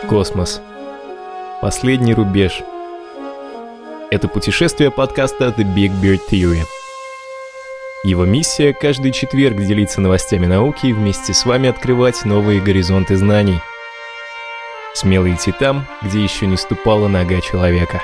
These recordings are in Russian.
Космос. Последний рубеж. Это путешествие подкаста The Big Bird Theory. Его миссия – каждый четверг делиться новостями науки и вместе с вами открывать новые горизонты знаний. Смело идти там, где еще не ступала нога человека.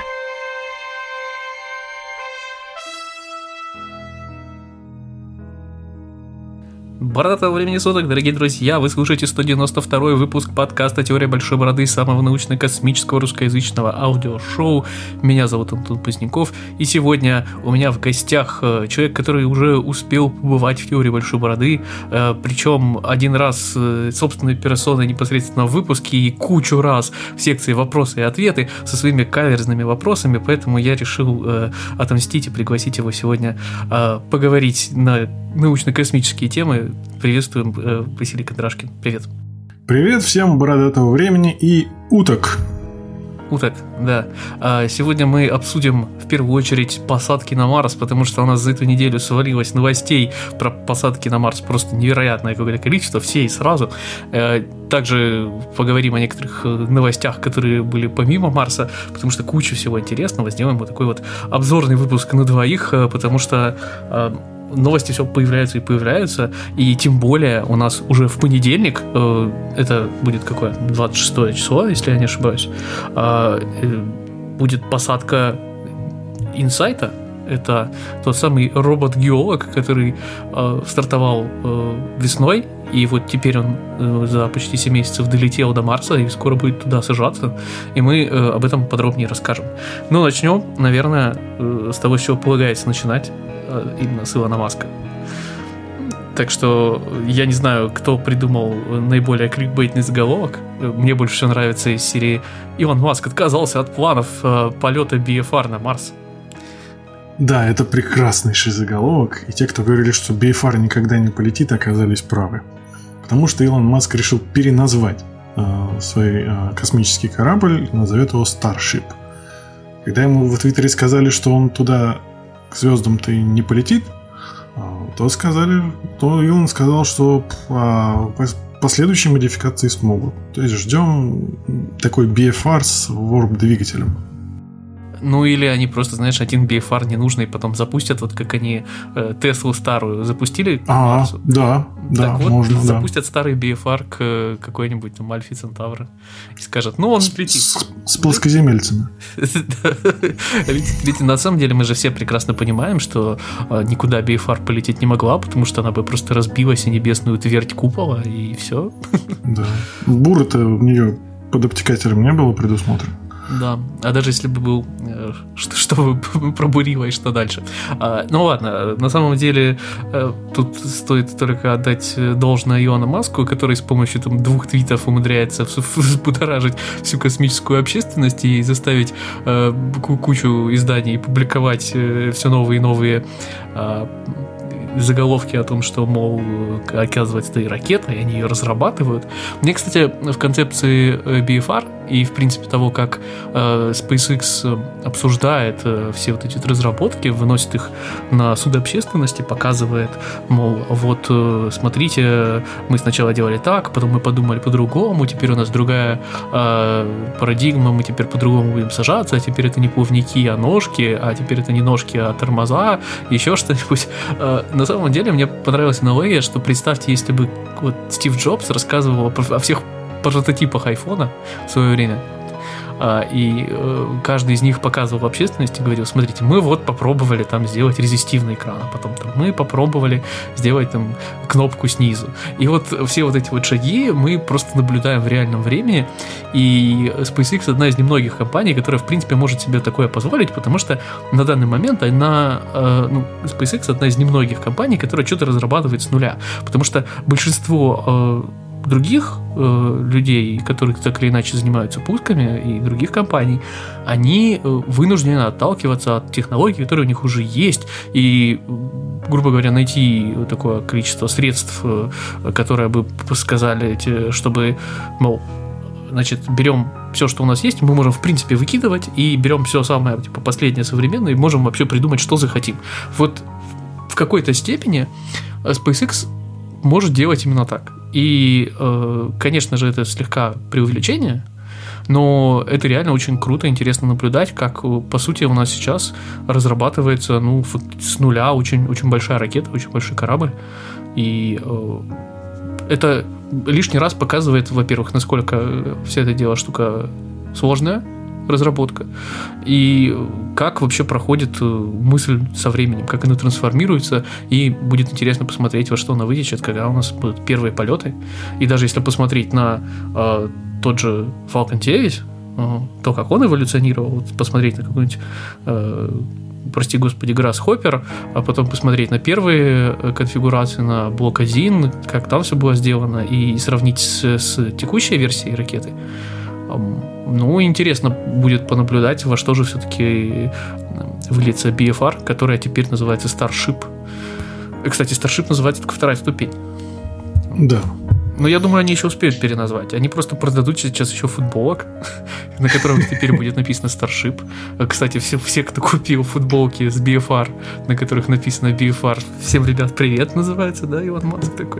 Бородатого времени суток, дорогие друзья, вы слушаете 192-й выпуск подкаста «Теория большой бороды», самого научно-космического русскоязычного аудиошоу. Меня зовут Антон Поздняков, и сегодня у меня в гостях человек, который уже успел побывать в «Теории большой бороды», причем один раз собственной персоной непосредственно в выпуске и кучу раз в секции «Вопросы и ответы» со своими каверзными вопросами, поэтому я решил отомстить и пригласить его сегодня поговорить на научно-космические темы. Приветствуем, Василий Кондрашкин. Привет. Привет всем бородатого времени и уток. Уток, да. Сегодня мы обсудим в первую очередь посадки на Марс, потому что у нас за эту неделю свалилось новостей про посадки на Марс просто невероятное какое-то количество, все и сразу. Также поговорим о некоторых новостях, которые были помимо Марса, потому что куча всего интересного. Сделаем вот такой вот обзорный выпуск на двоих, потому что новости все появляются, и тем более у нас уже в понедельник, это будет какое? 26 число, если я не ошибаюсь, будет посадка Инсайта. Это тот самый робот-геолог, который стартовал весной, и вот теперь он за почти 7 месяцев долетел до Марса и скоро будет туда сажаться, и мы об этом подробнее расскажем. Ну, начнем, наверное, с того, с чего полагается начинать, именно с Илона Маска. Так что я не знаю, кто придумал наиболее кликбейтный заголовок. Мне больше всего нравится из серии «Илон Маск отказался от планов полета BFR на Марс». Да, это прекраснейший заголовок, и те, кто говорили, что BFR никогда не полетит, оказались правы. Потому что Илон Маск решил переназвать свой космический корабль и назовет его Starship. Когда ему в Твиттере сказали, что он туда к звездам-то и не полетит, то Илон сказал, что последующие модификации смогут. То есть ждем такой BFR с warp-двигателем. Ну или они просто, знаешь, один BFR ненужный потом запустят, вот как они Теслу старую запустили к Марсу. Да, так вот, можно, запустят старый BFR к какой-нибудь там Альфе Центавра и скажут, ну он летит. С плоскоземельцами. Ведь на самом деле мы же все прекрасно понимаем, что никуда BFR полететь не могла, потому что она бы просто разбилась о небесную твердь купола, и все. Да. Бур-то в нее под обтекателем не было предусмотрено. Да, а даже если бы был, что бы пробурило и что дальше. Ну ладно, на самом деле тут стоит только отдать должное Илону Маску, который с помощью там 2 твитов умудряется взбудоражить всю космическую общественность и заставить кучу изданий публиковать все новые и новые заголовки о том, что, мол, оказывается, это и ракета, и они ее разрабатывают. Мне, кстати, в концепции BFR и, в принципе, того, как SpaceX обсуждает все вот эти вот разработки, выносит их на суд общественности, показывает, мол, вот, смотрите, мы сначала делали так, потом мы подумали по-другому, теперь у нас другая парадигма, мы теперь по-другому будем сажаться, а теперь это не плавники, а ножки, а теперь это не ножки, а тормоза, еще что-нибудь. На самом деле мне понравилась аналогия, что представьте, если бы вот Стив Джобс рассказывал о всех прототипах айфона в свое время, и каждый из них показывал общественности и говорил, смотрите, мы вот попробовали там сделать резистивный экран, а потом там мы попробовали сделать там кнопку снизу. И вот все вот эти вот шаги мы просто наблюдаем в реальном времени, и SpaceX одна из немногих компаний, которая в принципе может себе такое позволить, потому что на данный момент SpaceX одна из немногих компаний, которая что-то разрабатывает с нуля, потому что большинство других людей, которые так или иначе занимаются пусками, и других компаний, они вынуждены отталкиваться от технологий, которые у них уже есть, и, грубо говоря, найти такое количество средств, которые бы сказали, чтобы, мол, значит, берем все, что у нас есть, мы можем, в принципе, выкидывать, и берем все самое, типа, последнее современное, и можем вообще придумать, что захотим. Вот в какой-то степени SpaceX может делать именно так. И, конечно же, это слегка преувеличение, но это реально очень круто, интересно наблюдать, как, по сути, у нас сейчас разрабатывается, с нуля очень, очень большая ракета, очень большой корабль, и это лишний раз показывает, во-первых, насколько вся эта дело штука сложная, разработка, и как вообще проходит мысль со временем, как она трансформируется, и будет интересно посмотреть, во что она вытечет, когда у нас будут первые полеты. И даже если посмотреть на тот же Falcon 9, то, как он эволюционировал, посмотреть на какой-нибудь прости господи, Grasshopper, а потом посмотреть на первые конфигурации, на блок 1, как там все было сделано, и сравнить с текущей версией ракеты. Интересно будет понаблюдать, во что же все-таки выльется BFR, которая теперь называется Starship. Кстати, Starship называется только вторая ступень. Да. Но я думаю, они еще успеют переназвать. Они просто продадут сейчас еще футболок, на которых теперь будет написано Starship. Кстати, все, кто купил футболки с BFR, на которых написано BFR, всем, ребят, привет, называется, да, Илон Маск такой.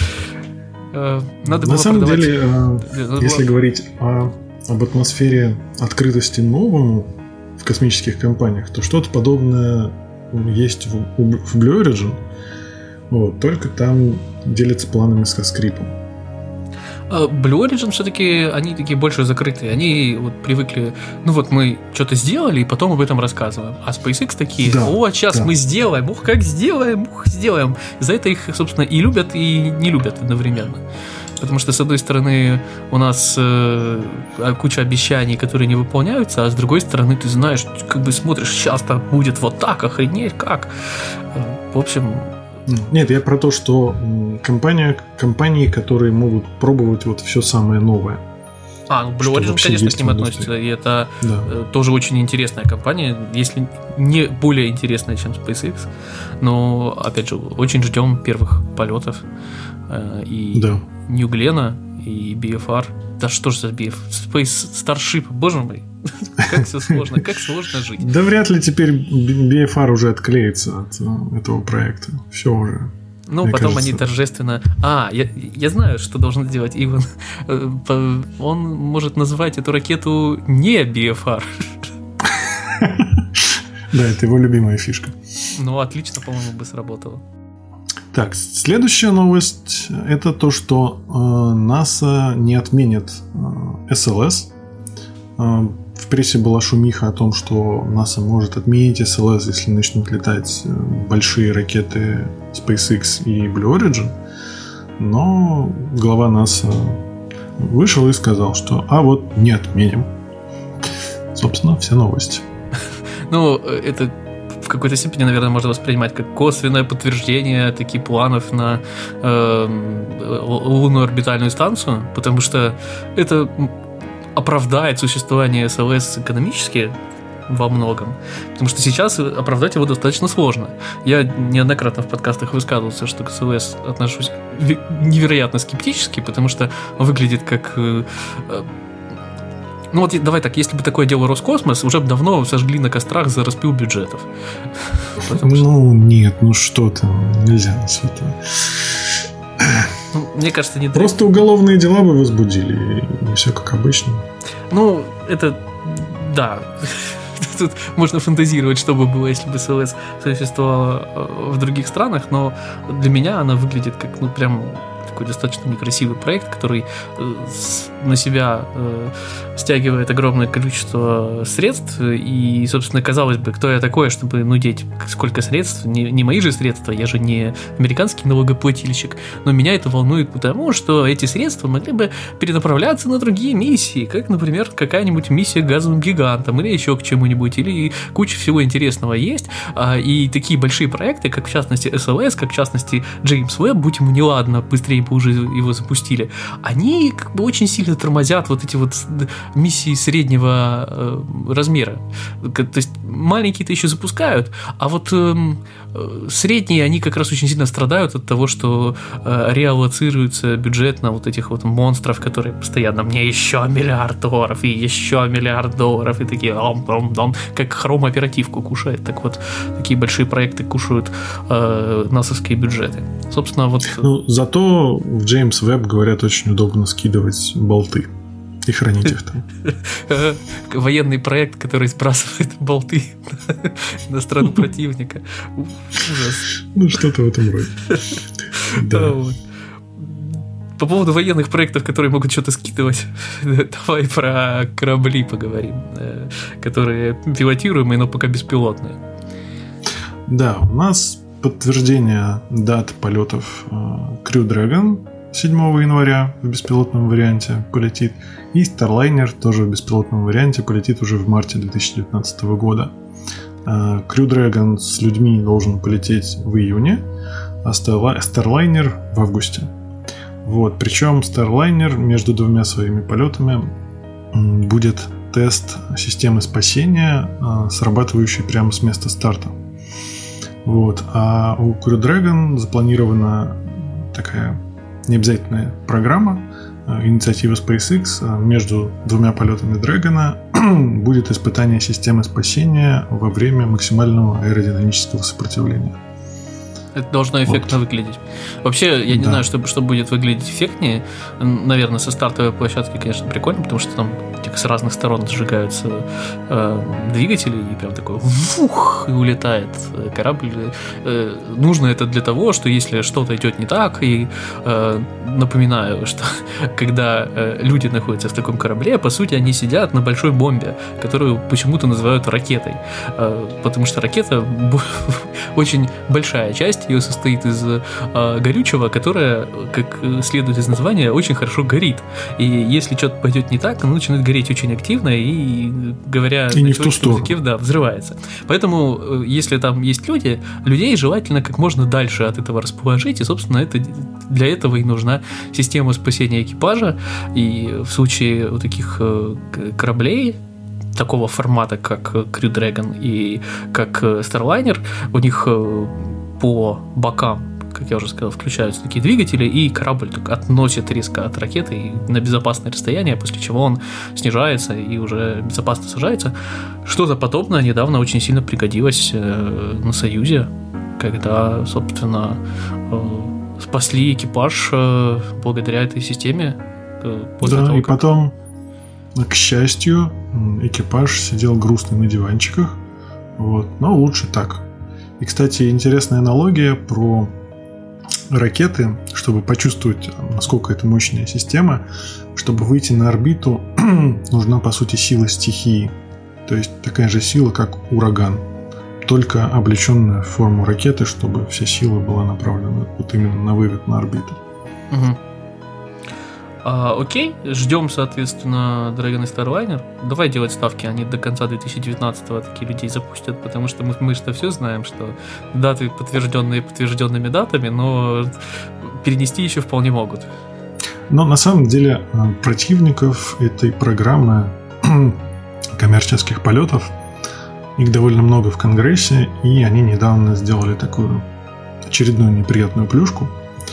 На самом деле, если говорить об атмосфере открытости новому в космических компаниях, то что-то подобное есть в Blue Origin, только там делятся планами со скрипом. Blue Origin все-таки, они такие больше закрытые. Они привыкли, мы что-то сделали, и потом об этом рассказываем. А SpaceX такие, сейчас мы сделаем, как сделаем. За это их, собственно, и любят, и не любят одновременно. Потому что, с одной стороны, у нас куча обещаний, которые не выполняются, а с другой стороны, ты знаешь, смотришь, сейчас-то будет вот так, охренеть, как. В общем... Нет, я про то, что компании, которые могут пробовать все самое новое. Blue Origin, конечно, к ним относится, и это тоже очень интересная компания, если не более интересная, чем SpaceX, но, опять же, очень ждем первых полетов, и New Glenn, и BFR. Да что ж за Starship, боже мой, как все сложно, как сложно жить. Да вряд ли теперь BFR уже отклеится от этого проекта. Все уже. Потом кажется... они торжественно... Я знаю, что должен сделать Иван. Он может назвать эту ракету не BFR. Да, это его любимая фишка. Отлично, по-моему, бы сработало. Так, следующая новость – это то, что НАСА не отменит SLS. В прессе была шумиха о том, что НАСА может отменить SLS, если начнут летать большие ракеты SpaceX и Blue Origin. Но глава НАСА вышел и сказал, что не отменим. Собственно, все новости. Это в какой-то степени, наверное, можно воспринимать как косвенное подтверждение таких планов на лунную орбитальную станцию, потому что это оправдает существование СЛС экономически во многом, потому что сейчас оправдать его достаточно сложно. Я неоднократно в подкастах высказывался, что к СЛС отношусь невероятно скептически, потому что выглядит как... давай так, если бы такое делал Роскосмос, уже бы давно сожгли на кострах за распил бюджетов. Нет, что там, нельзя на свете. Мне кажется, не просто уголовные дела бы возбудили, и все как обычно. Это... Да. Тут можно фантазировать, что бы было, если бы СЛС существовала в других странах, но для меня она выглядит как, прям... такой достаточно некрасивый проект, который на себя стягивает огромное количество средств, и, собственно, казалось бы, кто я такой, чтобы нудеть сколько средств, не мои же средства, я же не американский налогоплательщик, но меня это волнует потому, что эти средства могли бы перенаправляться на другие миссии, как, например, какая-нибудь миссия к газовым гигантам, или еще к чему-нибудь, или куча всего интересного есть, и такие большие проекты, как в частности SLS, как в частности Джеймс Уэбб, будь ему неладно, быстрее бы уже его запустили, они очень сильно тормозят эти миссии среднего размера. То есть маленькие-то еще запускают, а средние, они как раз очень сильно страдают от того, что реаллоцируется бюджет на этих монстров, которые постоянно мне еще $1 миллиард, и еще $1 миллиард, и такие как Chrome оперативку кушает, так такие большие проекты кушают насовские бюджеты. Собственно, зато в Джеймс Веб, говорят, очень удобно скидывать болты. и хранить их там. Военный проект, который сбрасывает болты на страну противника. Ужас. Ну, что-то в этом роде. Да. По поводу военных проектов, которые могут что-то скидывать, давай про корабли поговорим, которые пилотируемые, но пока беспилотные. Да, у нас подтверждение дат полетов Crew Dragon 7 января в беспилотном варианте полетит, и Starliner тоже в беспилотном варианте полетит уже в марте 2019 года. Crew Dragon с людьми должен полететь в июне, а Starliner в августе. Вот, причем Starliner между двумя своими полетами будет тест системы спасения, срабатывающей прямо с места старта. Вот, а у Crew Dragon запланирована такая необязательная программа, инициатива SpaceX. Между двумя полетами Дрэгона будет испытание системы спасения во время максимального аэродинамического сопротивления. Это должно эффектно выглядеть. Вообще, я не знаю, что будет выглядеть эффектнее. Наверное, со стартовой площадки, конечно, прикольно, потому что там с разных сторон сжигаются двигатели, и прям такой вух, и улетает корабль. Нужно это для того, что если что-то идет не так, и напоминаю, что когда люди находятся в таком корабле, по сути, они сидят на большой бомбе, которую почему-то называют ракетой. Потому что ракета очень большая часть ее состоит из горючего, которое, как следует из названия, очень хорошо горит. И если что-то пойдет не так, оно начинает гореть очень активно и, говоря и не в ту сторону, да, взрывается. Поэтому, если там есть люди, людей желательно как можно дальше от этого расположить, и, собственно, для этого и нужна система спасения экипажа. И в случае вот таких кораблей такого формата, как Crew Dragon и как Starliner, у них по бокам, как я уже сказал, включаются такие двигатели, и корабль относит резко от ракеты и на безопасное расстояние, после чего он снижается и уже безопасно сажается. Что-то подобное недавно очень сильно пригодилось на Союзе, когда, собственно, спасли экипаж благодаря этой системе. Да, того, и потом, к счастью, экипаж сидел грустный на диванчиках, вот, но лучше так. И, кстати, интересная аналогия про ракеты, чтобы почувствовать, насколько это мощная система. Чтобы выйти на орбиту, нужна, по сути, сила стихии. То есть такая же сила, как ураган, только облеченная в форму ракеты, чтобы вся сила была направлена вот именно на вывод на орбиту. Угу. Окей, ждем, соответственно, Dragon и Starliner. Давай делать ставки, они до конца 2019-го такие людей запустят, потому что мы что все знаем, что даты подтвержденные подтвержденными датами, но перенести еще вполне могут. Но на самом деле противников этой программы коммерческих полетов, их довольно много в Конгрессе, и они недавно сделали такую очередную неприятную плюшку.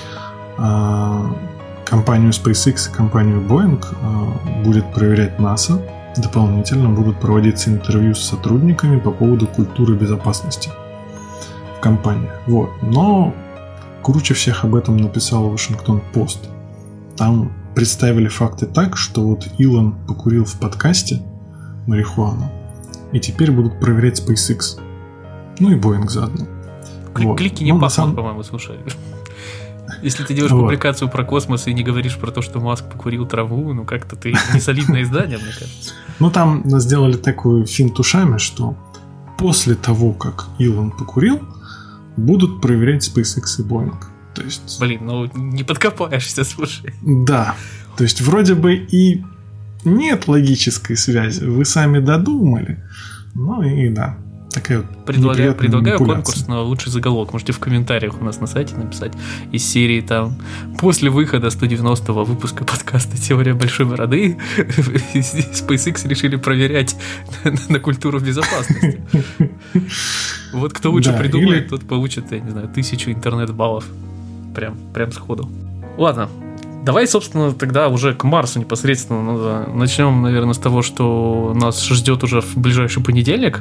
Компанию SpaceX и компанию Boeing будет проверять НАСА. Дополнительно будут проводиться интервью с сотрудниками по поводу культуры безопасности в компании. Вот. Но круче всех об этом написал Вашингтон-Пост. Там представили факты так, что вот Илон покурил в подкасте марихуану, и теперь будут проверять SpaceX. Ну и Boeing заодно. Клики не пахнут, по-моему, слушай. Если ты делаешь публикацию про космос и не говоришь про то, что Маск покурил траву, ну как-то ты не солидное издание, мне кажется. Ну там сделали такую финт ушами, что после того, как Илон покурил, будут проверять SpaceX и Boeing. То есть... Блин, ну не подкопаешься, слушай. Да, то есть вроде бы и нет логической связи, вы сами додумали, ну и да. Такая вот предлагаю конкурс на лучший заголовок. Можете в комментариях у нас на сайте написать из серии там: после выхода 190-го выпуска подкаста «Теория большой бороды» SpaceX решили проверять на культуру безопасности. Вот кто лучше придумает, тот получит, я не знаю, 1000 интернет-баллов. Прям сходу. Ладно. Давай, собственно, тогда уже к Марсу непосредственно начнем, наверное, с того, что нас ждет уже в ближайший понедельник.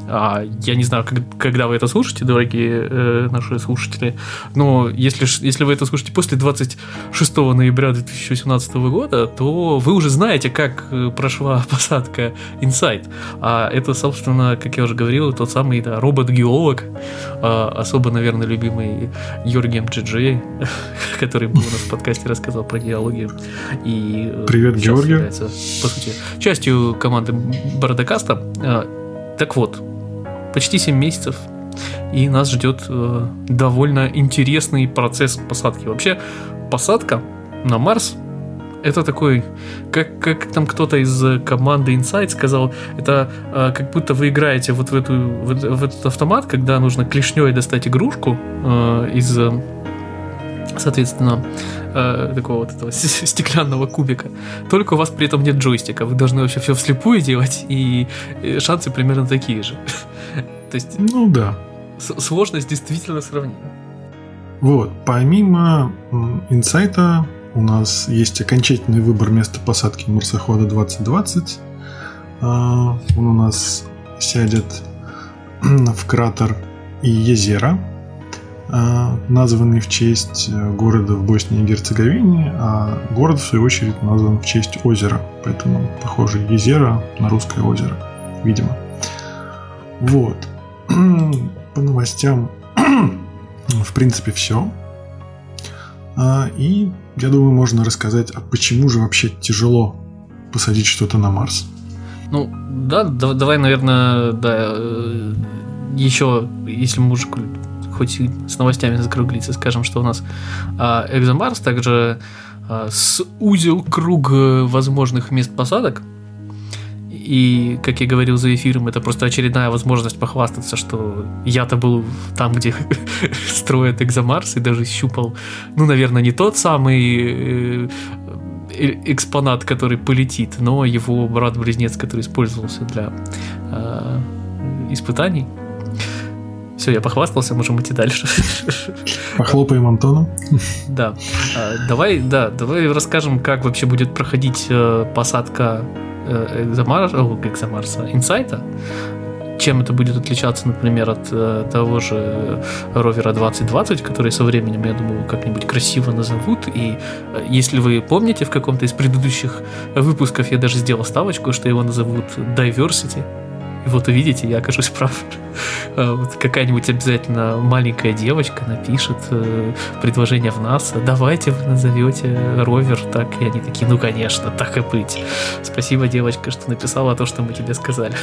Я не знаю, когда вы это слушаете, дорогие наши слушатели, но если вы это слушаете после 26 ноября 2018 года, то вы уже знаете, как прошла посадка Insight. А это, собственно, как я уже говорил, тот самый робот-геолог, особо, наверное, любимый Йоргем Джиджей, который был у нас в подкасте, рассказал про геологию. И привет, Георгий. Является, по сути, частью команды Бородокаста. Так вот, почти 7 месяцев, и нас ждет довольно интересный процесс посадки. Вообще, посадка на Марс — это такой, как там кто-то из команды Insight сказал, это как будто вы играете вот в этот автомат, когда нужно клешней достать игрушку из, соответственно, такого вот этого стеклянного кубика. Только у вас при этом нет джойстика. Вы должны вообще все вслепую делать, и шансы примерно такие же. То есть, ну да. Сложность действительно сравнима. Вот, помимо Инсайта у нас есть окончательный выбор места посадки марсохода 2020. Он у нас сядет в кратер Иезера, названный в честь города в Боснии и Герцеговине, а город, в свою очередь, назван в честь озера. Поэтому, похоже, Езера на русское озеро, видимо. Вот. По новостям, в принципе, все. И, я думаю, можно рассказать, а почему же вообще тяжело посадить что-то на Марс. Ну, да, давай, наверное, еще, если мы уже хоть и с новостями закруглиться, скажем, что у нас ExoMars также сузил круг возможных мест посадок. И, как я говорил за эфиром, это просто очередная возможность похвастаться, что я-то был там, где строят ExoMars, и даже щупал, ну, наверное, не тот самый экспонат, который полетит, но его брат-близнец, который использовался для испытаний. Все, я похвастался, можем идти дальше. Похлопаем Антону. Да. Давай расскажем, как вообще будет проходить посадка ExoMars Инсайта. Чем это будет отличаться, например, от того же ровера 2020, который со временем, я думаю, как-нибудь красиво назовут. И если вы помните, в каком-то из предыдущих выпусков я даже сделал ставочку, что его назовут Diversity. И вот увидите, я окажусь прав. Вот какая-нибудь обязательно маленькая девочка напишет предложение в НАСА. Давайте вы назовете ровер так. И они такие, ну конечно, так и быть. Спасибо, девочка, что написала то, что мы тебе сказали.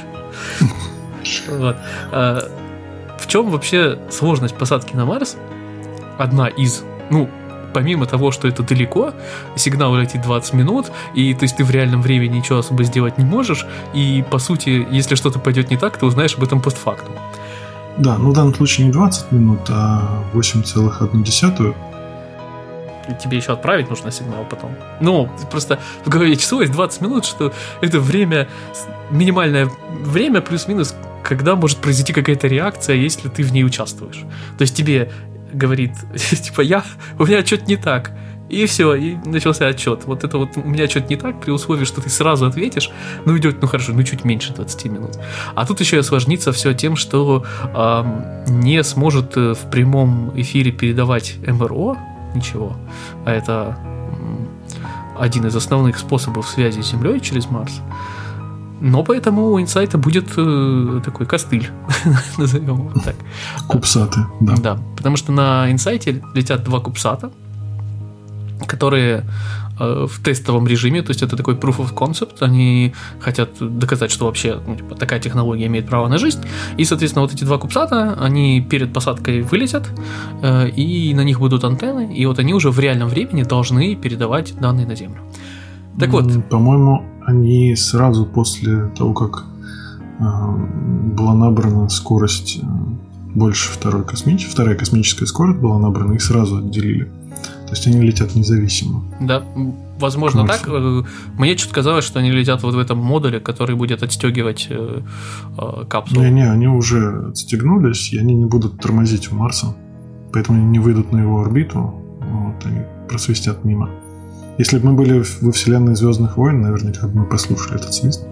Вот. В чем вообще сложность посадки на Марс? Одна из, помимо того, что это далеко, сигнал летит 20 минут, и то есть ты в реальном времени ничего особо сделать не можешь, и по сути, если что-то пойдет не так, ты узнаешь об этом постфактум. Да, в данном случае не 20 минут, а 8,1. Тебе еще отправить нужно сигнал потом. Просто в голове числилось 20 минут, что это время, минимальное время плюс-минус, когда может произойти какая-то реакция, если ты в ней участвуешь. То есть тебе говорит, типа, у меня что-то не так. И все, и начался отчет. Вот это вот у меня что-то не так, при условии, что ты сразу ответишь, идет, чуть меньше 20 минут. А тут еще осложнится все тем, что не сможет в прямом эфире передавать МРО ничего. А это один из основных способов связи с Землей через Марс. Но поэтому у Инсайта будет такой костыль, назовем его так. Кубсаты, да. Да, потому что на Инсайте летят 2 кубсата, которые в тестовом режиме, то есть это такой proof of concept, они хотят доказать, что вообще такая технология имеет право на жизнь, и, соответственно, вот эти 2 кубсата, они перед посадкой вылетят, и на них будут антенны, и вот они уже в реальном времени должны передавать данные на Землю. Так вот. По-моему, они сразу после того, как была набрана скорость больше вторая космическая скорость была набрана, их сразу отделили. То есть они летят независимо. Да, возможно так. Мне что-то казалось, что они летят вот в этом модуле, который будет отстегивать капсулу. Не, они уже отстегнулись, и они не будут тормозить у Марса. Поэтому они не выйдут на его орбиту. Вот, они просвистят мимо. Если бы мы были во вселенной Звездных войн, наверняка бы мы послушали этот свист.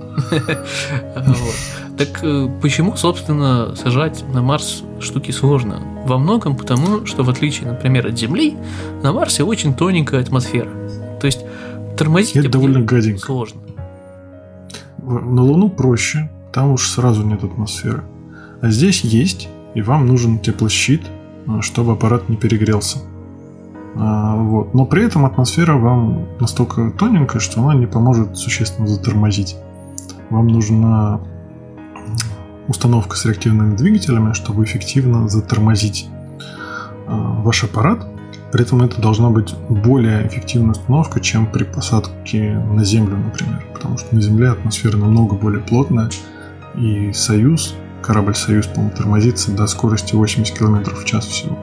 Так почему, собственно, сажать на Марс штуки сложно? Во многом потому, что в отличие, например, от Земли, на Марсе очень тоненькая атмосфера. То есть тормозить это довольно гаденько. Сложно. На Луну проще, там уж сразу нет атмосферы. А здесь есть, и вам нужен теплощит, чтобы аппарат не перегрелся. Вот. Но при этом атмосфера вам настолько тоненькая, что она не поможет существенно затормозить. Вам нужна установка с реактивными двигателями, чтобы эффективно затормозить ваш аппарат. При этом это должна быть более эффективная установка, чем при посадке на Землю, например. Потому что на Земле атмосфера намного более плотная. И Союз, корабль «Союз», по-моему, тормозится до скорости 80 км в час всего.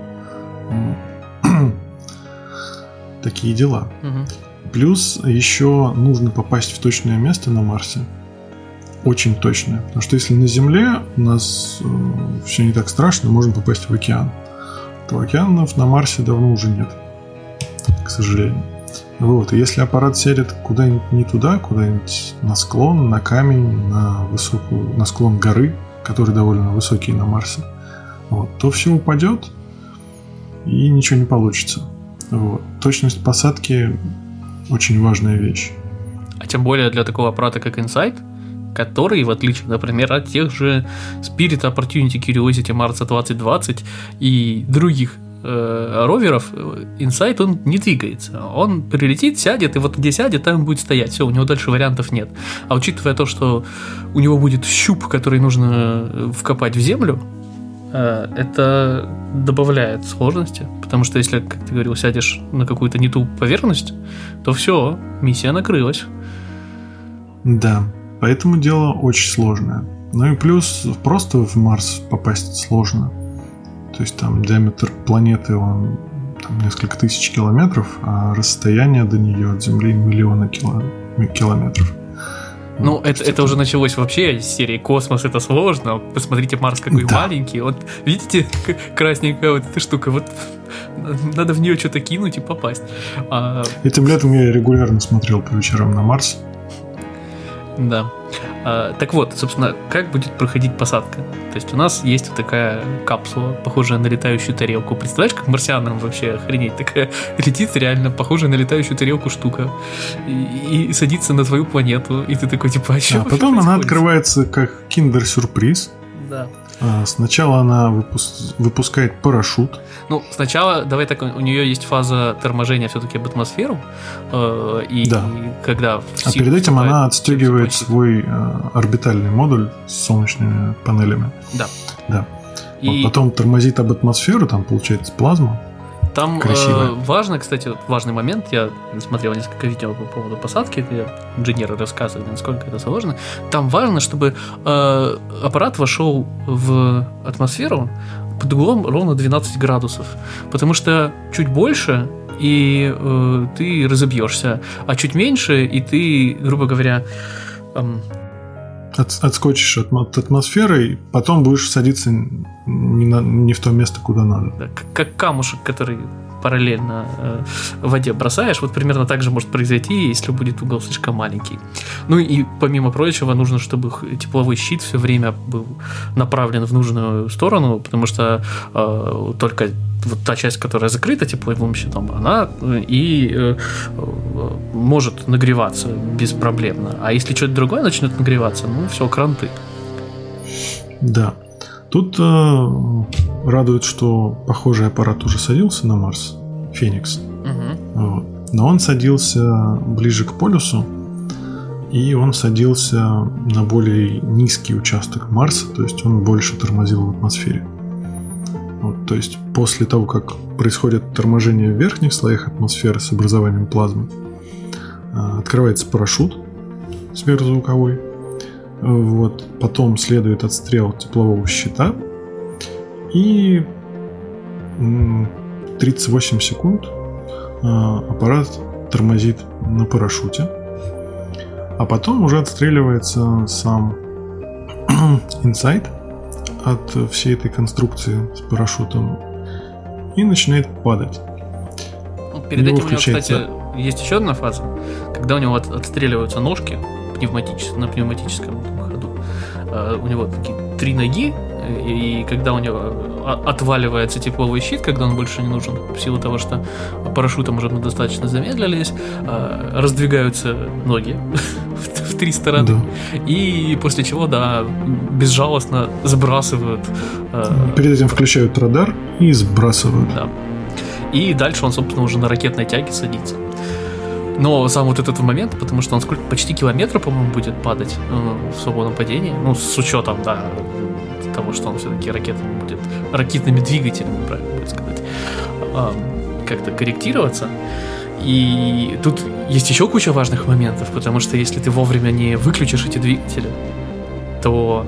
Такие дела. Плюс еще нужно попасть в точное место на Марсе. Очень точное. Потому что если на Земле у нас все не так страшно, можно попасть в океан. То океанов на Марсе давно уже нет, к сожалению. Вот. И если аппарат сядет куда-нибудь не туда, куда-нибудь на склон, на камень, на склон горы, который довольно высокий на Марсе, вот, то все упадет и ничего не получится. Вот. Точность посадки очень важная вещь. А тем более для такого аппарата, как Insight, который, в отличие, например, от тех же Spirit Opportunity Curiosity Mars 2020 и других роверов, Insight, он не двигается. Он прилетит, сядет, и вот где сядет, там будет стоять. Все, у него дальше вариантов нет. А учитывая то, что у него будет щуп, который нужно вкопать в землю, это добавляет сложности. Потому что если, как ты говорил, сядешь на какую-то не ту поверхность, то все, миссия накрылась. Да. Поэтому дело очень сложное. Ну и плюс просто в Марс попасть сложно. То есть там диаметр планеты, он там несколько тысяч километров, а расстояние до нее от Земли миллионы километров. Ну, это уже началось вообще из серии «Космос, это сложно». Посмотрите, Марс какой маленький. Вот видите, красненькая вот эта штука. Вот надо в нее что-то кинуть и попасть. Этим летом я регулярно смотрел по вечерам на Марс. Да. Так вот, собственно, как будет проходить посадка? То есть у нас есть вот такая капсула, похожая на летающую тарелку. Представляешь, как марсианам вообще охренеть? Такая летит реально похожая на летающую тарелку штука и садится на твою планету. И ты такой, типа, а что? А потом она открывается как киндер-сюрприз. Да. Сначала она выпускает парашют. Ну, сначала, давай так, у нее есть фаза торможения все-таки об атмосферу. И когда... А перед этим она отстегивает свой орбитальный модуль с солнечными панелями. Да. Да. Вот потом тормозит об атмосферу, там получается плазма. Там важно, кстати, важный момент. Я смотрел несколько видео по поводу посадки, где инженеры рассказывали, насколько это сложно. Там важно, чтобы аппарат вошел в атмосферу под углом ровно 12 градусов. Потому что чуть больше, и ты разобьешься, а чуть меньше, и ты, грубо говоря... Отскочишь от атмосферы, и потом будешь садиться не в то место, куда надо. Да, как камушек, который параллельно в воде бросаешь, вот примерно так же может произойти, если будет угол слишком маленький. Ну и помимо прочего, нужно, чтобы тепловой щит все время был направлен в нужную сторону, потому что только вот та часть, которая закрыта тепловым щитом, она и может нагреваться беспроблемно. А если что-то другое начнет нагреваться, ну все, кранты. Да. Тут радует, что похожий аппарат уже садился на Марс, Феникс. Вот. Но он садился ближе к полюсу, и он садился на более низкий участок Марса, то есть он больше тормозил в атмосфере. Вот, то есть после того, как происходит торможение в верхних слоях атмосферы с образованием плазмы, открывается парашют сверхзвуковой. Вот. Потом следует отстрел теплового щита. И 38 секунд аппарат тормозит на парашюте. А потом уже отстреливается сам Insight от всей этой конструкции с парашютом и начинает падать. Перед этим у него, кстати, есть еще одна фаза, когда у него отстреливаются ножки на пневматическом ходу. У него такие 3 ноги, и когда у него отваливается тепловой щит, когда он больше не нужен, в силу того, что парашютом уже мы достаточно замедлились, раздвигаются ноги в 3 стороны, да. И после чего, да, безжалостно сбрасывают. Перед этим включают радар и сбрасывают. Да. И дальше он, собственно, уже на ракетной тяге садится. Но сам вот этот момент, потому что он почти километра, по-моему, будет падать в свободном падении, ну, с учетом, да, того, что он все-таки ракетными двигателями, правильно будет сказать, как-то корректироваться. И тут есть еще куча важных моментов, потому что если ты вовремя не выключишь эти двигатели, то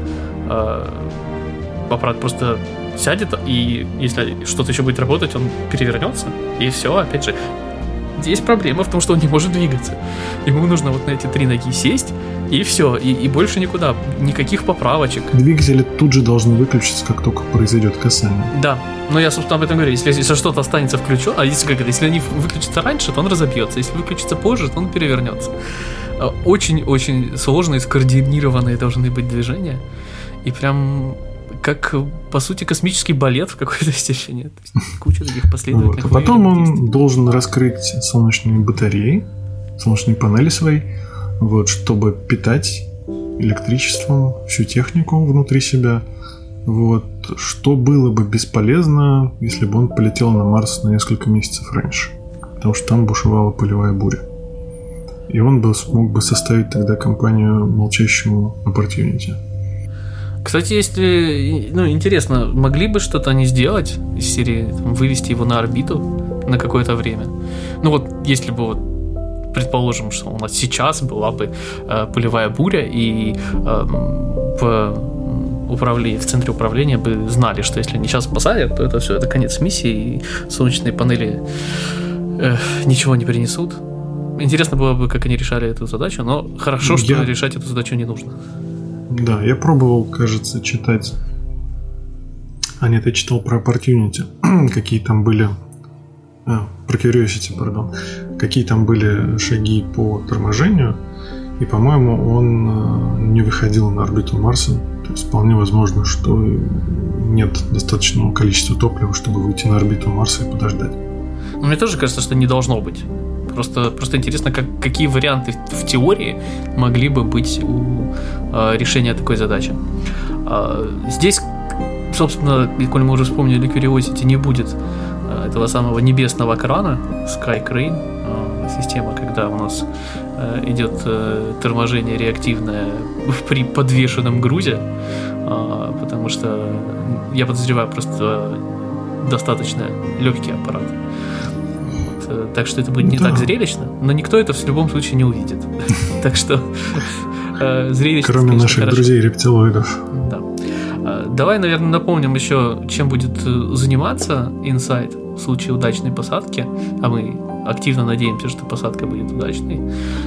аппарат просто сядет, и если что-то еще будет работать, он перевернется, и все, опять же. Здесь проблема в том, что он не может двигаться. Ему нужно вот на эти 3 ноги сесть, и все, и больше никуда, никаких поправочек. Двигатели тут же должны выключиться, как только произойдет касание. Да, но я, собственно, об этом говорю. Если что-то останется включено, а если они выключатся раньше, то он разобьется. Если выключится позже, то он перевернется. Очень-очень сложные, скоординированные должны быть движения. И прям как, по сути, космический балет в какой-то степени. То есть куча таких последовательных. Вот. А потом он должен раскрыть солнечные батареи, солнечные панели свои, вот, чтобы питать электричеством всю технику внутри себя. Вот, что было бы бесполезно, если бы он полетел на Марс на несколько месяцев раньше, потому что там бушевала пылевая буря. И он смог бы составить тогда компанию молчащему Opportunity. Кстати, если, интересно, могли бы что-то они сделать из серии, вывести его на орбиту на какое-то время? Ну вот, если бы предположим, что у нас сейчас была бы пылевая буря, и в центре управления бы знали, что если они сейчас посадят, то это все, это конец миссии, и солнечные панели ничего не принесут. Интересно было бы, как они решали эту задачу, но хорошо, что решать эту задачу не нужно. Да, я пробовал, кажется, читать. Я читал про Opportunity. Какие там были. Про Curiosity, пардон. Какие там были шаги по торможению. И, по-моему, он не выходил на орбиту Марса. То есть вполне возможно, что нет достаточного количества топлива, чтобы выйти на орбиту Марса и подождать. Мне тоже кажется, что не должно быть. Просто интересно, какие варианты в теории могли бы быть у решения такой задачи. Здесь, собственно, коль мы уже вспомнили Curiosity, не будет этого самого небесного крана Sky Crane, система, когда у нас идет торможение реактивное при подвешенном грузе, потому что, я подозреваю, просто достаточно легкий аппарат. Так что это будет не так зрелищно, но никто это в любом случае не увидит. Так что зрелищно. Кроме наших друзей-рептилоидов. Да. Давай, наверное, напомним еще, чем будет заниматься Insight в случае удачной посадки. А мы активно надеемся, что посадка будет удачной.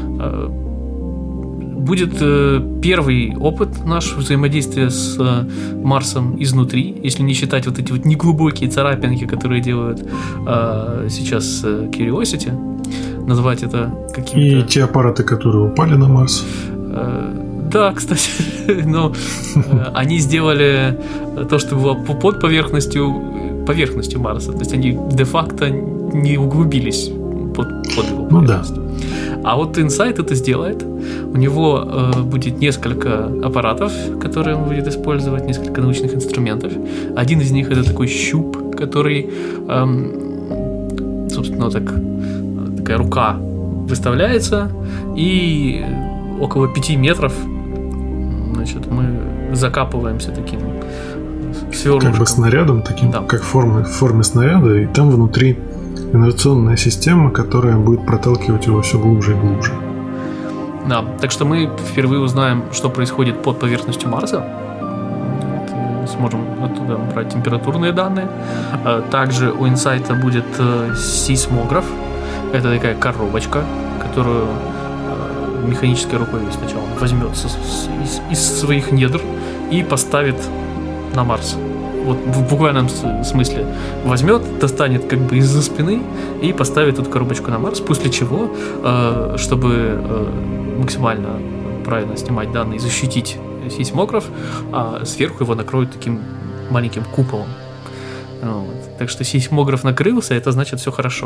Будет первый опыт наш взаимодействия с Марсом изнутри, если не считать вот эти вот неглубокие царапинки, которые делают сейчас Curiosity. Назвать это каким-то... И те аппараты, которые упали на Марс. Да, кстати, но они сделали то, что было под поверхностью Марса. То есть они де-факто не углубились под его поверхность. Да. А вот Insight это сделает. У него будет несколько аппаратов, которые он будет использовать, несколько научных инструментов. Один из них это такой щуп, который, собственно, такая рука выставляется, и около 5 метров, значит, мы закапываемся таким сверлышком. Как бы снарядом, таким, да. Как в форме снаряда, и там внутри инерционная система, которая будет проталкивать его все глубже и глубже. Да, так что мы впервые узнаем, что происходит под поверхностью Марса. Сможем оттуда брать температурные данные. Также у Insight будет сейсмограф. Это такая коробочка, которую механической рукой сначала возьмет из своих недр и поставит на Марс. вот в буквальном смысле возьмет, достанет как бы из-за спины и поставит эту коробочку на Марс, после чего, чтобы максимально правильно снимать данные, защитить сейсмограф, а сверху его накроют таким маленьким куполом. Вот. Так что сейсмограф накрылся, это значит все хорошо.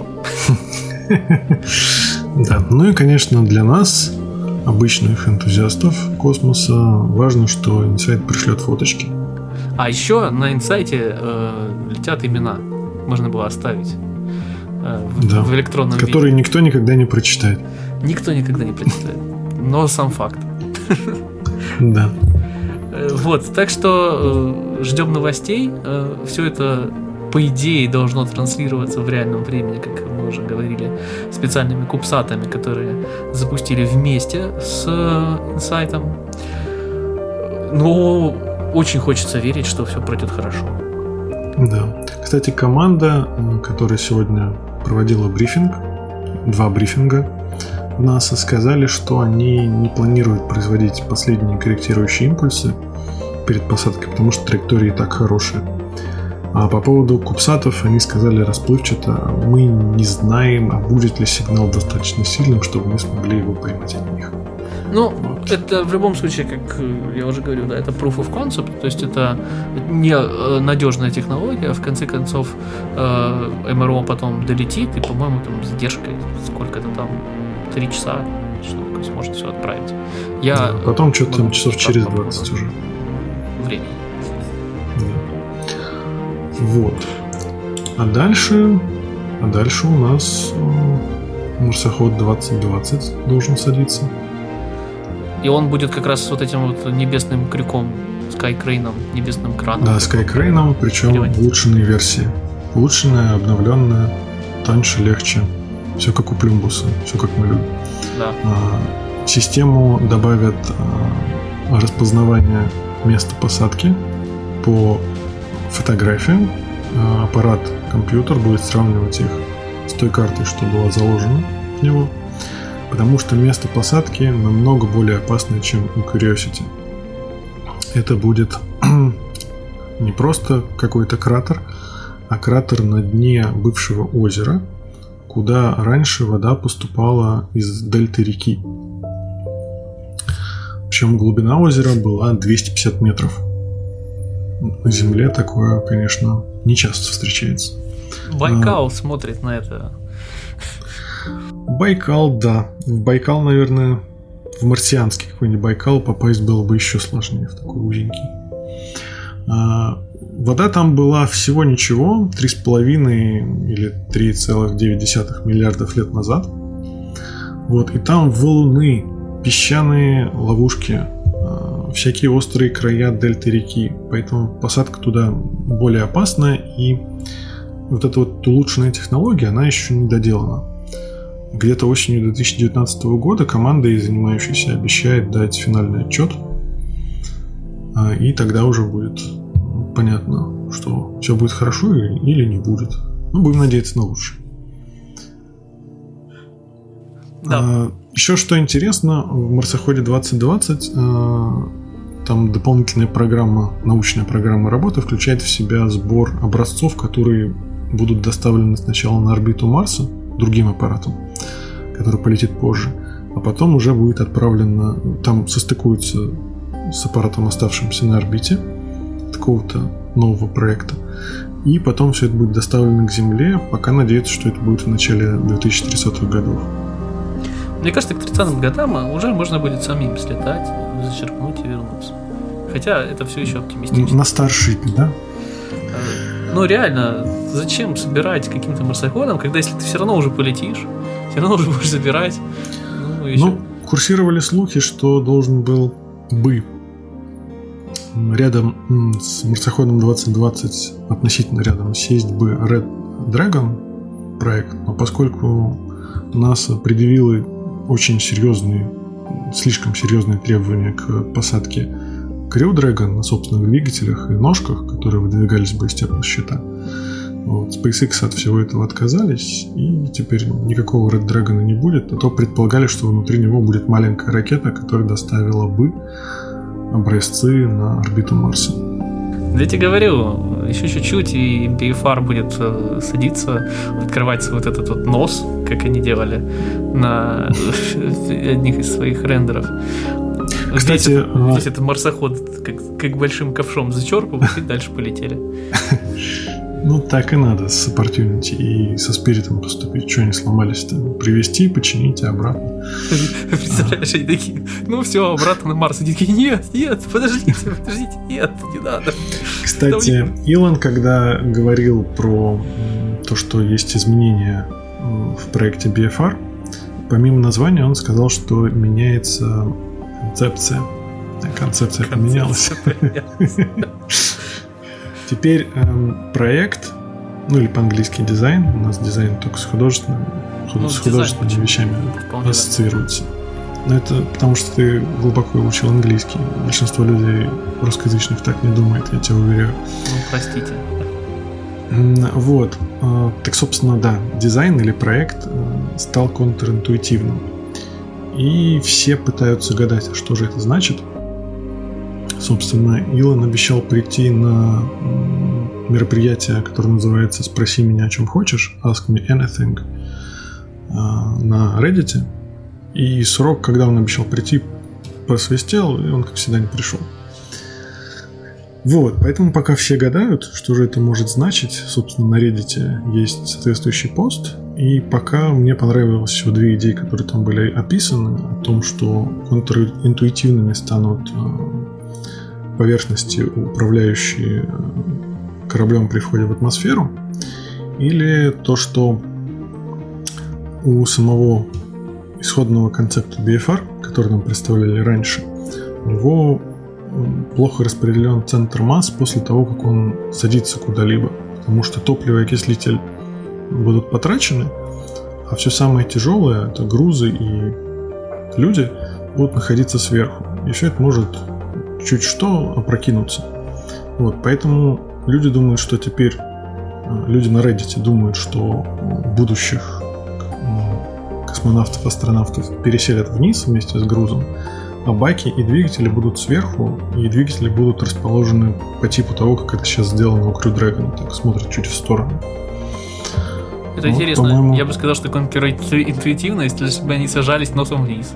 Да, ну и, конечно, для нас, обычных энтузиастов космоса, важно, что Insight пришлет фоточки. А еще на Инсайте летят имена. Можно было оставить в электронном виде. Которые никто никогда не прочитает. Никто никогда не прочитает. Но сам факт. Да. Вот, так что ждем новостей. Все это, по идее, должно транслироваться в реальном времени, как мы уже говорили, специальными кубсатами, которые запустили вместе с Инсайтом. Но очень хочется верить, что все пройдет хорошо. Да. Кстати, команда, которая сегодня проводила брифинг, 2 брифинга в НАСА, сказали, что они не планируют производить последние корректирующие импульсы перед посадкой, потому что траектории и так хорошие. А по поводу кубсатов они сказали расплывчато: мы не знаем, а будет ли сигнал достаточно сильным, чтобы мы смогли его поймать от них. Ну, вот. Это в любом случае, как я уже говорю, да, это proof of concept, то есть это не надежная технология, а в конце концов МРО потом долетит, и, по-моему, там задержка сколько-то там 3 часа, что сможет все отправить. Да, потом что-то там часов через 20 уже. Время. Да. Вот. А дальше у нас марсоход 2020 должен садиться. И он будет как раз с вот этим вот небесным крюком, скайкрейном, небесным краном. Да, скайкрейном, причем в улучшенной версии. Улучшенная, обновленная, тоньше, легче. Все как у Плюмбуса, все как мы любим. Да. Систему добавят распознавание места посадки по фотографиям. Аппарат-компьютер будет сравнивать их с той картой, что была заложена в него. Потому что место посадки намного более опасное, чем у Curiosity. Это будет не просто какой-то кратер, а кратер на дне бывшего озера, куда раньше вода поступала из дельты реки. Причем глубина озера была 250 метров. На Земле такое, конечно, не часто встречается. Байкал смотрит на это. Байкал, да. В Байкал, наверное, в марсианский какой-нибудь Байкал попасть было бы еще сложнее, в такой узенький. Вода там была всего ничего, 3,5 или 3,9 миллиардов лет назад. Вот, и там валуны, песчаные ловушки, всякие острые края дельты реки. Поэтому посадка туда более опасная, и вот эта вот улучшенная технология, она еще не доделана. Где-то осенью 2019 года команда, занимающаяся, обещает дать финальный отчет, и тогда уже будет понятно, что все будет хорошо или не будет. Ну, будем надеяться на лучшее. Да. Еще что интересно, в марсоходе 2020 там дополнительная программа, научная программа работы включает в себя сбор образцов, которые будут доставлены сначала на орбиту Марса другим аппаратом, который полетит позже, а потом уже будет отправлено, там состыкуется с аппаратом, оставшимся на орбите какого-то нового проекта, и потом все это будет доставлено к Земле, пока надеются, что это будет в начале 2300-х годов. Мне кажется, к 30-м годам уже можно будет самим слетать, зачерпнуть и вернуться. Хотя это все еще оптимистично. На Старшипе, да? Ну реально, зачем собирать каким-то марсоходом, когда если ты все равно уже полетишь, все равно уже будешь забирать. Ну, курсировали слухи, что должен был бы рядом с марсоходом 2020, относительно рядом, сесть бы Red Dragon проект, но поскольку НАСА предъявила очень серьезные, слишком серьезные требования к посадке Crew Dragon на собственных двигателях и ножках, которые выдвигались бы из теплосчета, вот, SpaceX от всего этого отказались, и теперь никакого Red Dragon не будет, а то предполагали, что внутри него будет маленькая ракета, которая доставила бы образцы на орбиту Марса. Я тебе говорю, еще чуть-чуть, и BFR будет садиться, открывать вот этот вот нос, как они делали на одних из своих рендеров. Кстати, здесь этот марсоход как большим ковшом зачерпывают и дальше полетели. Ну, так и надо с Opportunity и со Спиритом поступить. Что они сломались-то? Привезти, починить, а обратно. Представляешь, они такие, ну все, обратно на Марс. Они такие, нет, подождите, нет, не надо. Кстати, Илон, когда говорил про то, что есть изменения в проекте BFR, помимо названия он сказал, что меняется концепция. Концепция поменялась. Теперь проект, ну или по-английски дизайн, у нас дизайн только с художественными вещами ассоциируется. Но это потому, что ты глубоко учил английский. Большинство людей русскоязычных так не думает, я тебя уверяю. Ну, простите. Вот. Так, собственно, да, дизайн или проект стал контринтуитивным. И все пытаются гадать, что же это значит. Собственно, Илон обещал прийти на мероприятие, которое называется «Спроси меня о чем хочешь», «Ask me anything», на Reddit. И срок, когда он обещал прийти, просвистел, и он, как всегда, не пришел. Вот, поэтому пока все гадают, что же это может значить, собственно, на Reddit есть соответствующий пост, и пока мне понравилось всего 2 идеи, которые там были описаны, о том, что контринтуитивными станут поверхности, управляющие кораблем при входе в атмосферу, или то, что у самого исходного концепта BFR, который нам представляли раньше, у него плохо распределен центр масс после того, как он садится куда-либо, потому что топливо и окислитель будут потрачены, а все самое тяжелое, это грузы и люди, будут находиться сверху. И все это может чуть что опрокинуться. Вот, поэтому люди думают, что теперь люди на Reddit думают, что будущих космонавтов, астронавтов переселят вниз вместе с грузом, а баки и двигатели будут сверху, и двигатели будут расположены по типу того, как это сейчас сделано у Crew Dragon, так смотрят чуть в сторону. Это вот, интересно. По-моему... Я бы сказал, что контринтуитивно, если бы они сажались носом вниз.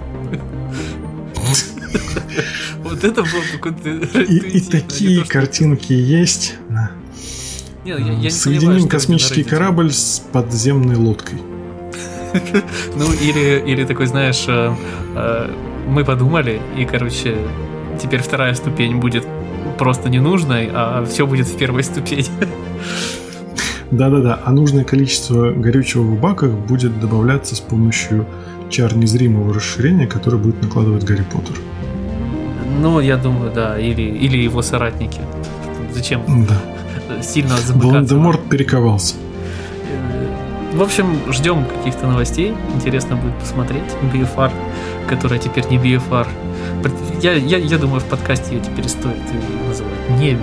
Вот это было бы контринтуитивно. И такие картинки есть. Соединим космический корабль с подземной лодкой. Ну, или такой, знаешь, мы подумали, и, короче, теперь 2-я ступень будет просто ненужной, а все будет в 1-й ступени. Да-да-да, а нужное количество горючего в баках будет добавляться с помощью чар незримого расширения, которое будет накладывать Гарри Поттер. Ну, я думаю, да, или его соратники. Зачем сильно замыкаться? Волан-де-Морт перековался. В общем, ждем каких-то новостей. Интересно будет посмотреть. BFR, которая теперь не BFR. Я думаю, в подкасте ее теперь стоит называть не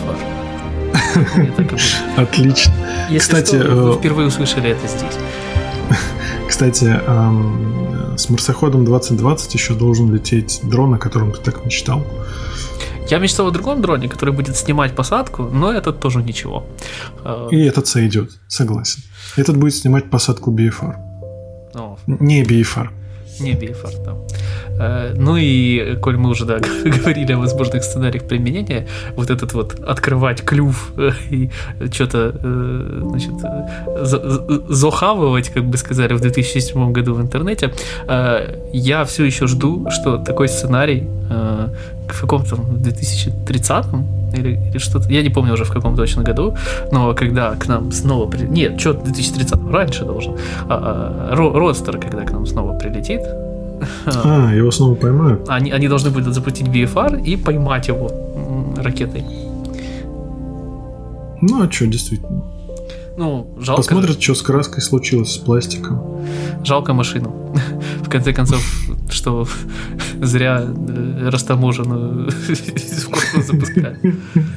BFR. Отлично. Если кстати, вы впервые услышали это здесь. Кстати, с марсоходом 2020 еще должен лететь дрон, о котором ты так мечтал. Я мечтал о другом дроне, который будет снимать посадку, но этот тоже ничего. И этот сойдет, согласен. Этот будет снимать посадку BFR. Не BFR. Не BFR, да. Ну и, коль мы уже говорили о возможных сценариях применения, вот этот вот открывать клюв и что-то, значит, захавывать, как бы сказали в 2007 году в интернете, я все еще жду, что такой сценарий в каком-то 2030-м или что-то, я не помню уже в каком точно году, но когда к нам снова нет, что 2030-м, раньше должен, Родстер, когда к нам снова прилетит, его снова поймают? Они должны будут запустить BFR и поймать его ракетой. Ну, а что, действительно. Ну, жалко. Посмотрят, что с краской случилось, с пластиком. Жалко машину. В конце концов, что зря растаможенную в космос запускали.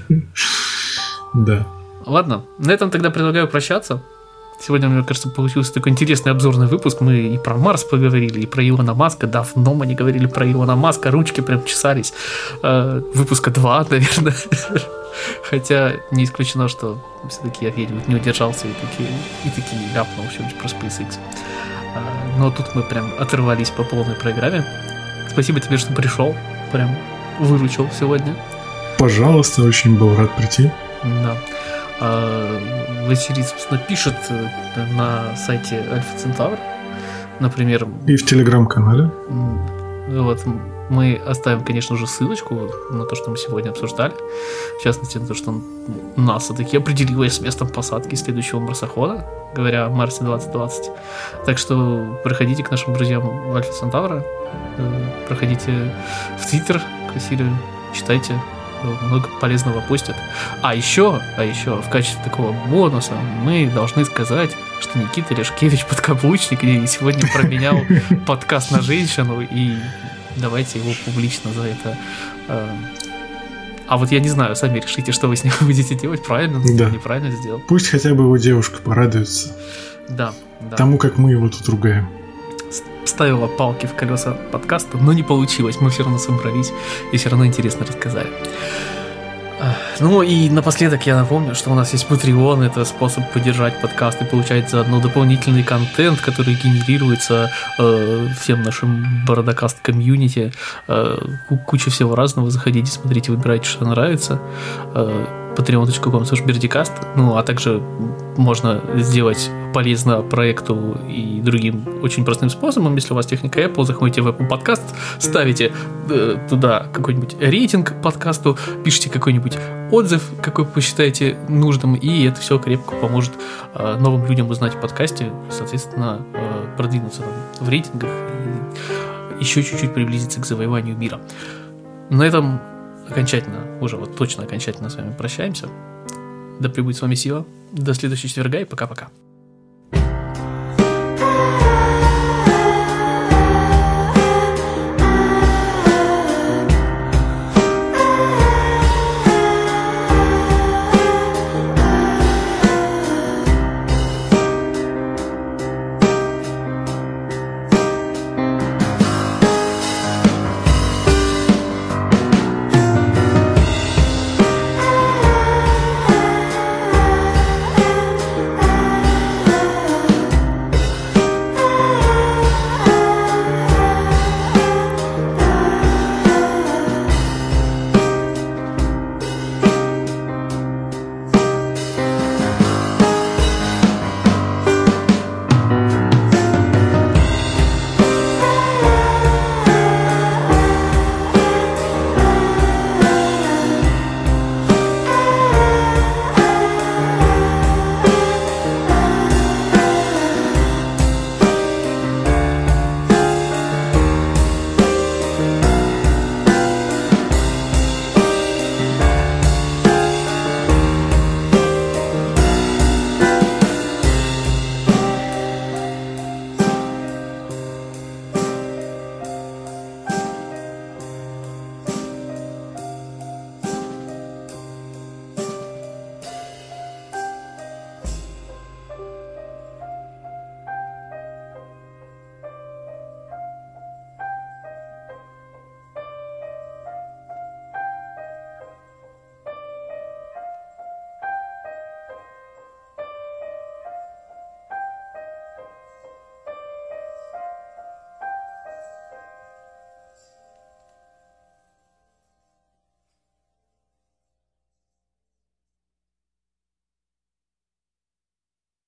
Да. Ладно, на этом тогда предлагаю прощаться. Сегодня, мне кажется, получился такой интересный обзорный выпуск. Мы и про Марс поговорили, и про Илона Маска. Давно мы не говорили про Илона Маска. Ручки прям чесались. Выпуска 2, наверное. Хотя не исключено, что все-таки я где-нибудь не удержался и таки ляпнул что-нибудь про SpaceX. Но тут мы прям оторвались по полной программе. Спасибо тебе, что пришел. Прям выручил сегодня. Пожалуйста, очень был рад прийти. Да. Василий, собственно, пишет на сайте Альфа Центавр, например. И в телеграм-канале. Вот. Мы оставим, конечно же, ссылочку на то, что мы сегодня обсуждали. В частности, на то, что НАСА таки определилась с местом посадки следующего марсохода, говоря о Марсе 2020. Так что проходите к нашим друзьям в Альфа Центавра, проходите в Твиттер к Василию, читайте, много полезного постят. А еще в качестве такого бонуса мы должны сказать, что Никита Лешкевич подкаблучник и сегодня променял подкаст на женщину, и давайте его публично за это. А вот я не знаю, сами решите, что вы с ним будете делать, правильно, да. Неправильно сделал. Пусть хотя бы его девушка порадуется. Да. Тому, как мы его тут ругаем. Ставила палки в колеса подкаста, но не получилось. Мы все равно собрались и все равно интересно рассказали. Ну и напоследок я напомню, что у нас есть Patreon, это способ поддержать подкаст и получать заодно дополнительный контент, который генерируется всем нашим Бородокаст-комьюнити. Куча всего разного, заходите, смотрите, выбирайте, что нравится. patreon.com/berdicast. Ну, а также можно сделать полезно проекту и другим очень простым способом. Если у вас техника Apple, заходите в Apple Podcast, ставите туда какой-нибудь рейтинг подкасту, пишите какой-нибудь отзыв, какой посчитаете нужным, и это все крепко поможет новым людям узнать о подкасте, соответственно, продвинуться там в рейтингах и еще чуть-чуть приблизиться к завоеванию мира. На этом окончательно с вами прощаемся. Да пребудет с вами сила. До следующего четверга и пока-пока.